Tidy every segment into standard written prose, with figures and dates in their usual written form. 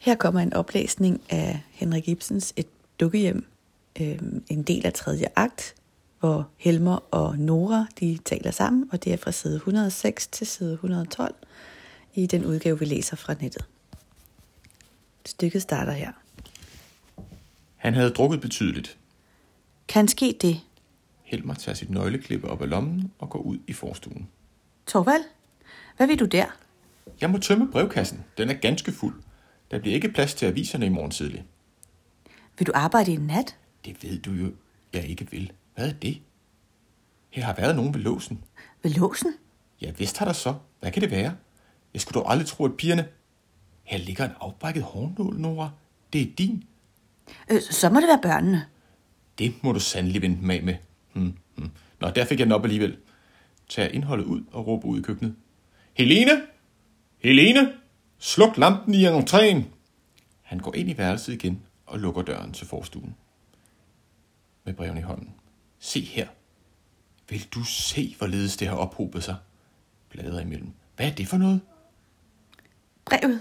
Her kommer en oplæsning af Henrik Ibsens Et dukkehjem, en del af 3. akt, hvor Helmer og Nora de taler sammen, og det er fra side 106 til side 112 i den udgave, vi læser fra nettet. Stykket starter her. Han havde drukket betydeligt. Kan ske det? Helmer tager sit nøgleklippe op af lommen og går ud i forstuen. Torvald, hvad vil du der? Jeg må tømme brevkassen. Den er ganske fuld. Der bliver ikke plads til aviserne i morgen tidlig. Vil du arbejde i nat? Det ved du jo, jeg ikke vil. Hvad er det? Her har været nogen ved låsen. Ved låsen? Ja, vist har der så. Hvad kan det være? Jeg skulle dog aldrig tro, at pigerne... Her ligger en afbrækket hornnål, Nora. Det er din. Så må det være børnene. Det må du sandelig vente dem af med. Nå, der fik jeg den op alligevel. Tag indholdet ud og råber ud i køkkenet. Helene! Helene! Sluk lampen i entréen! Han går ind i værelset igen og lukker døren til forstuen. Med breven i hånden. Se her. Vil du se, hvorledes det har ophobet sig? Bladrer imellem. Hvad er det for noget? Brevet?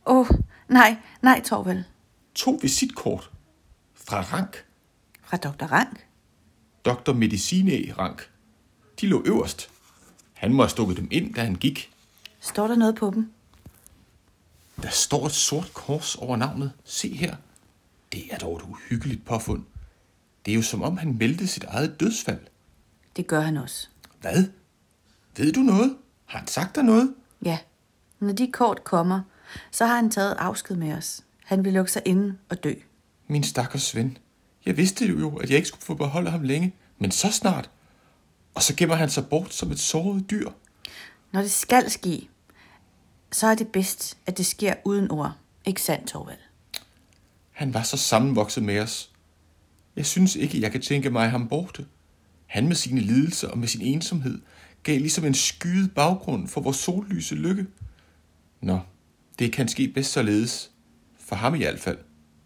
Nej, Torvald. 2 visitkort. Fra Rank. Fra Dr. Rank? Dr. Medicine Rank. De lå øverst. Han må have stukket dem ind, da han gik. Står der noget på dem? Der står et sort kors over navnet. Se her. Det er dog et uhyggeligt påfund. Det er jo som om han meldte sit eget dødsfald. Det gør han også. Hvad? Ved du noget? Har han sagt dig noget? Ja. Når de kort kommer, så har han taget afsked med os. Han vil lukke sig inde og dø. Min stakkels ven. Jeg vidste jo, at jeg ikke skulle få beholde ham længe. Men så snart. Og så gemmer han sig bort som et såret dyr. Når det skal ske, så er det bedst, at det sker uden ord. Ikke sandt, Torvald? Han var så sammenvokset med os. Jeg synes ikke, jeg kan tænke mig ham borte. Han med sine lidelser og med sin ensomhed gav ligesom en skyet baggrund for vores sollyse lykke. Nå, det kan ske bedst således. For ham i hvert fald.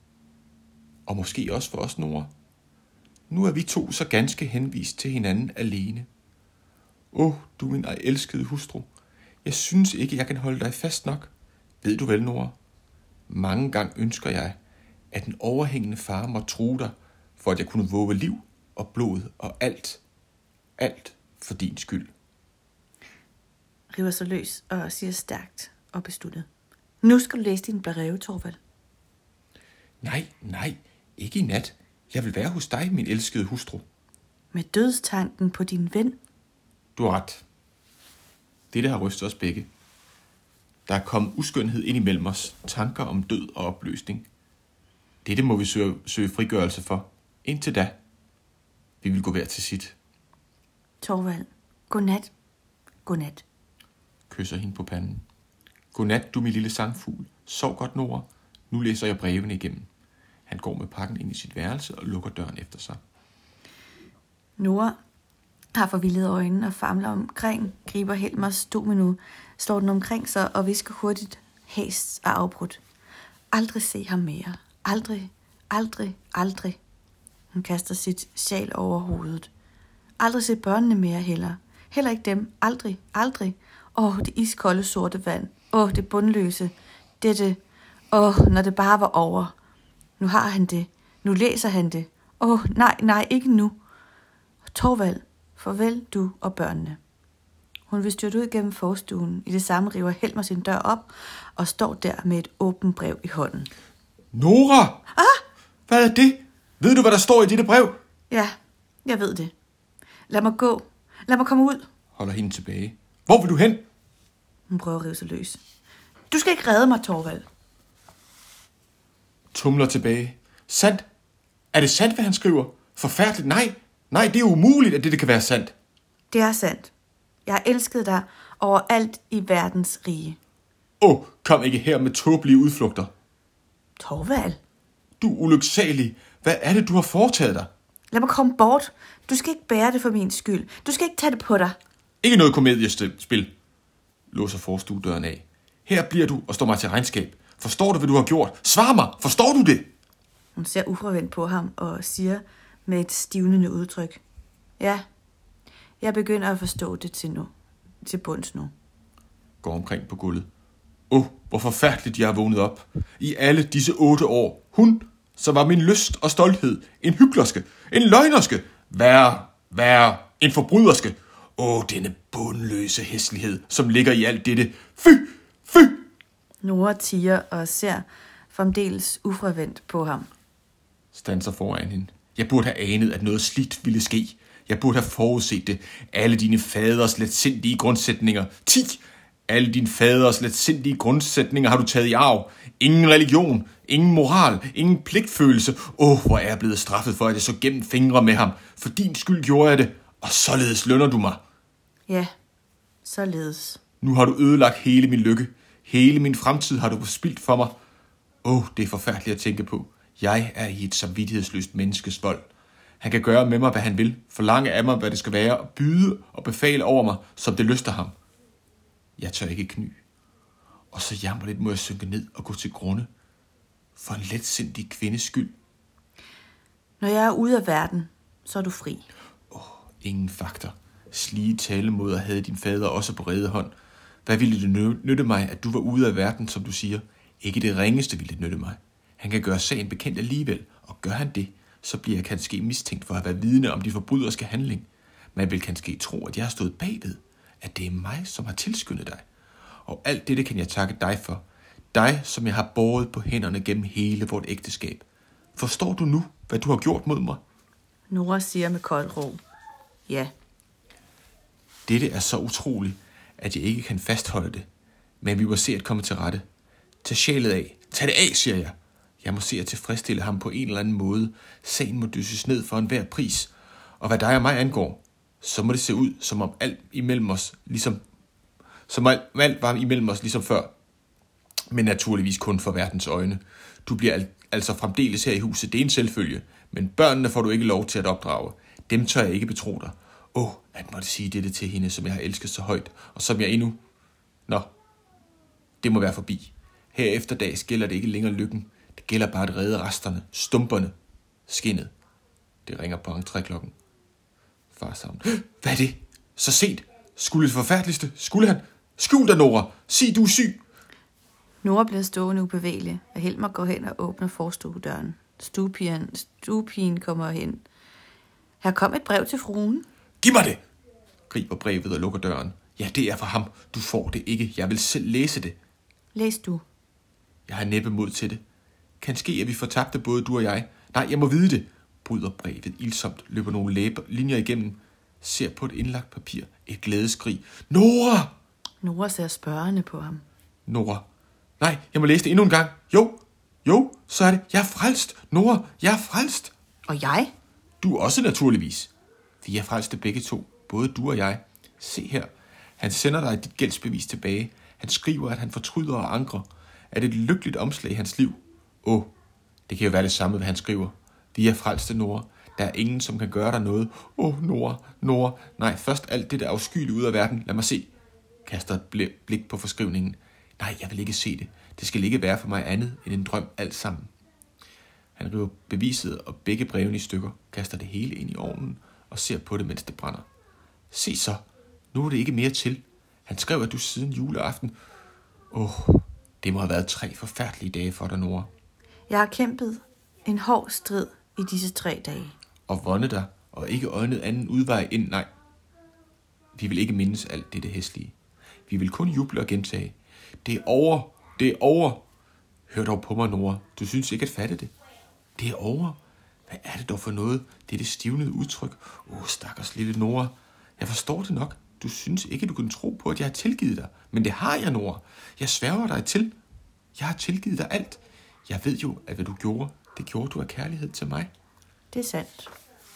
Og måske også for os, Nora. Nu er vi 2 så ganske henvist til hinanden alene. Du min elskede hustru. Jeg synes ikke, jeg kan holde dig fast nok. Ved du vel, Nora? Mange gange ønsker jeg, at den overhængende far må true dig, for at jeg kunne våge liv og blod og alt. Alt for din skyld. River sig løs og siger stærkt og besluttet. Nu skal du læse din breve, Torvald. Nej, ikke i nat. Jeg vil være hos dig, min elskede hustru. Med dødstanken på din ven? Du har ret. Dette har rystet os begge. Der er kommet uskønhed ind imellem os, tanker om død og opløsning. Dette må vi søge frigørelse for. Indtil da. Vi vil gå hver til sit. Torvald, godnat. Godnat. Kysser hende på panden. Godnat, du min lille sangfugl. Sov godt, Nora. Nu læser jeg brevene igennem. Han går med pakken ind i sit værelse og lukker døren efter sig. Nora har forvildet øjnene og famler omkring, griber Helmers domino, slår den omkring sig og visker hurtigt, hast og afbrudt. Aldrig se ham mere. Aldrig, aldrig, aldrig. Hun kaster sit sjal over hovedet. Aldrig se børnene mere heller. Heller ikke dem. Aldrig, aldrig. Det iskolde sorte vand. Det bundløse. Dette. Når det bare var over. Nu har han det. Nu læser han det. Nej, ikke nu. Torvald, farvel du og børnene. Hun vil styrte ud gennem forstuen. I det samme river Helmer sin dør op og står der med et åbent brev i hånden. Nora! Hvad er det? Ved du, hvad der står i dette brev? Ja, jeg ved det. Lad mig gå. Lad mig komme ud. Holder hende tilbage. Hvor vil du hen? Hun prøver at rive sig løs. Du skal ikke redde mig, Torvald. Tumler tilbage. Sandt? Er det sandt, hvad han skriver? Forfærdeligt? Nej, det er umuligt, at det kan være sandt. Det er sandt. Jeg har elsket dig overalt i verdens rige. Kom ikke her med tåbelige udflugter. Torvald? Du er ulyksalig. Hvad er det, du har foretaget dig? Lad mig komme bort. Du skal ikke bære det for min skyld. Du skal ikke tage det på dig. Ikke noget komediespil. Låser forstuedøren af. Her bliver du og står mig til regnskab. Forstår du, hvad du har gjort? Svar mig. Forstår du det? Hun ser uforvendt på ham og siger med et stivnende udtryk. Ja, jeg begynder at forstå det til bunds nu. Går omkring på gulvet. hvor forfærdeligt jeg er vågnet op. I alle disse 8 år. Hun, som var min lyst og stolthed. En hyklerske. En løgnerske. Værre. En forbryderske. Denne bundløse hæslighed, som ligger i alt dette. Fy! Nora tiger og ser fremdeles ufravendt på ham. Standser foran hende. Jeg burde have anet, at noget slidt ville ske. Jeg burde have forudset det. Alle dine faders letsindige grundsætninger. 10! Alle dine faders letsindige grundsætninger har du taget i arv. Ingen religion, ingen moral, ingen pligtfølelse. Hvor er jeg blevet straffet for, at jeg så gennem fingre med ham. For din skyld gjorde jeg det, og således lønner du mig. Ja, således. Nu har du ødelagt hele min lykke. Hele min fremtid har du forspildt for mig. Det er forfærdeligt at tænke på. Jeg er i et samvittighedsløst menneskes vold. Han kan gøre med mig, hvad han vil, forlange af mig, hvad det skal være, og byde og befale over mig, som det lyster ham. Jeg tør ikke kny. Og så jammerligt må jeg synke ned og gå til grunde. For en letsindig kvindes skyld. Når jeg er ude af verden, så er du fri. Ingen fakter. Slige talemåder havde din fader også på rede hånd. Hvad ville det nytte mig, at du var ude af verden, som du siger? Ikke det ringeste ville det nytte mig. Han kan gøre sagen bekendt alligevel, og gør han det, så bliver jeg kanskje mistænkt for at være vidne om de forbryderske handling. Man vil kanskje tro, at jeg har stået bagved, at det er mig, som har tilskyndet dig. Og alt dette kan jeg takke dig for. Dig, som jeg har båret på hænderne gennem hele vort ægteskab. Forstår du nu, hvad du har gjort mod mig? Nora siger med kold ro. Ja. Dette er så utroligt, at jeg ikke kan fastholde det. Men vi må se at komme til rette. Tag sjælet af. Tag det af, siger jeg. Jeg må se at tilfredsstille ham på en eller anden måde. Sagen må dysses ned for enhver pris. Og hvad dig og mig angår, så må det se ud, som om alt imellem os, alt var imellem os ligesom før. Men naturligvis kun for verdens øjne. Du bliver altså fremdeles her i huset, det er en selvfølge. Men børnene får du ikke lov til at opdrage. Dem tør jeg ikke betro dig. At måtte sige dette til hende, som jeg har elsket så højt, og som jeg endnu... det må være forbi. Her efter dags gælder det ikke længere lykken. Det gælder bare at redde resterne, stumperne, skinnet. Det ringer på entréklokken. Far savn. Hvad er det? Så sent. Skulle det forfærdeligste? Skulle han? Skjul dig, Nora. Sig, du er syg. Nora bliver stående ubevægelig, og Helmer går hen og åbner forstuedøren. Stuepigen kommer hen. Her kom et brev til fruen. Giv mig det! Griber brevet og lukker døren. Ja, det er for ham. Du får det ikke. Jeg vil selv læse det. Læs du. Jeg har næppe mod til det. Kan ske, at vi fortabte både du og jeg. Nej, jeg må vide det. Bryder brevet ildsomt, løber nogle linjer igennem. Ser på et indlagt papir. Et glædeskrig. Nora! Nora ser spørgende på ham. Nora. Nej, jeg må læse det endnu en gang. Jo, så er det. Jeg er frelst. Nora, jeg er frelst. Og jeg? Du også naturligvis. Vi er frelste begge to. Både du og jeg. Se her. Han sender dig dit gældsbevis tilbage. Han skriver, at han fortryder og angrer. Er det et lykkeligt omslag i hans liv? Det kan jo være det samme, hvad han skriver. Vi er frelste, Nora. Der er ingen, som kan gøre dig noget. Nora. Nej, først alt det der afskyelige ud af verden. Lad mig se. Kaster et blik på forskrivningen. Nej, jeg vil ikke se det. Det skal ikke være for mig andet end en drøm alt sammen. Han river beviset og begge brevene i stykker, kaster det hele ind i ovnen og ser på det, mens det brænder. Se så, nu er det ikke mere til. Han skrev, at du siden juleaften... det må have været 3 forfærdelige dage for dig, Nora. Jeg har kæmpet en hård strid i disse 3 dage. Og vundet dig, og ikke øjnet anden udvej ind, nej. Vi vil ikke mindes alt dette hæslige. Vi vil kun juble og gentage. Det er over. Hør dog på mig, Nora. Du synes ikke at fatte det. Det er over. Hvad er det dog for noget? Det er det stivnede udtryk. Stakkels lille Nora. Jeg forstår det nok. Du synes ikke, du kan tro på, at jeg har tilgivet dig. Men det har jeg, Nora. Jeg sværger dig til. Jeg har tilgivet dig alt. Jeg ved jo, at hvad du gjorde, det gjorde du af kærlighed til mig. Det er sandt.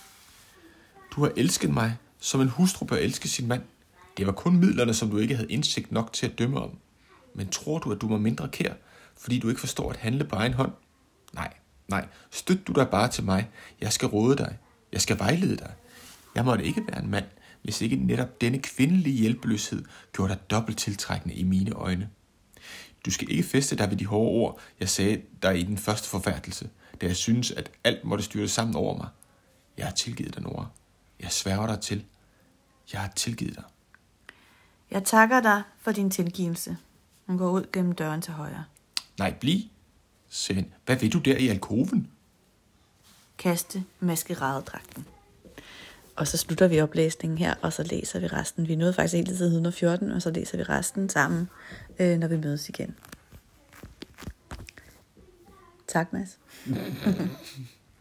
Du har elsket mig, som en hustru bør elske sin mand. Det var kun midlerne, som du ikke havde indsigt nok til at dømme om. Men tror du, at du var mindre kær, fordi du ikke forstår at handle på egen hånd? Nej. Støt du dig bare til mig. Jeg skal råde dig. Jeg skal vejlede dig. Jeg måtte ikke være en mand, hvis ikke netop denne kvindelige hjælpeløshed gjorde dig dobbelt tiltrækkende i mine øjne. Du skal ikke fæste dig ved de hårde ord, jeg sagde dig i den første forfærdelse, da jeg synes, at alt måtte styrte sammen over mig. Jeg har tilgivet dig, Nora. Jeg sværger dig til. Jeg har tilgivet dig. Jeg takker dig for din tilgivelse. Hun går ud gennem døren til højre. Nej, bliv, sagde han. Hvad vil du der i alkoven? Kaste maskeradedragten. Og så slutter vi oplæsningen her, og så læser vi resten. Vi nåede faktisk helt til 114, og så læser vi resten sammen, når vi mødes igen. Tak, Mads.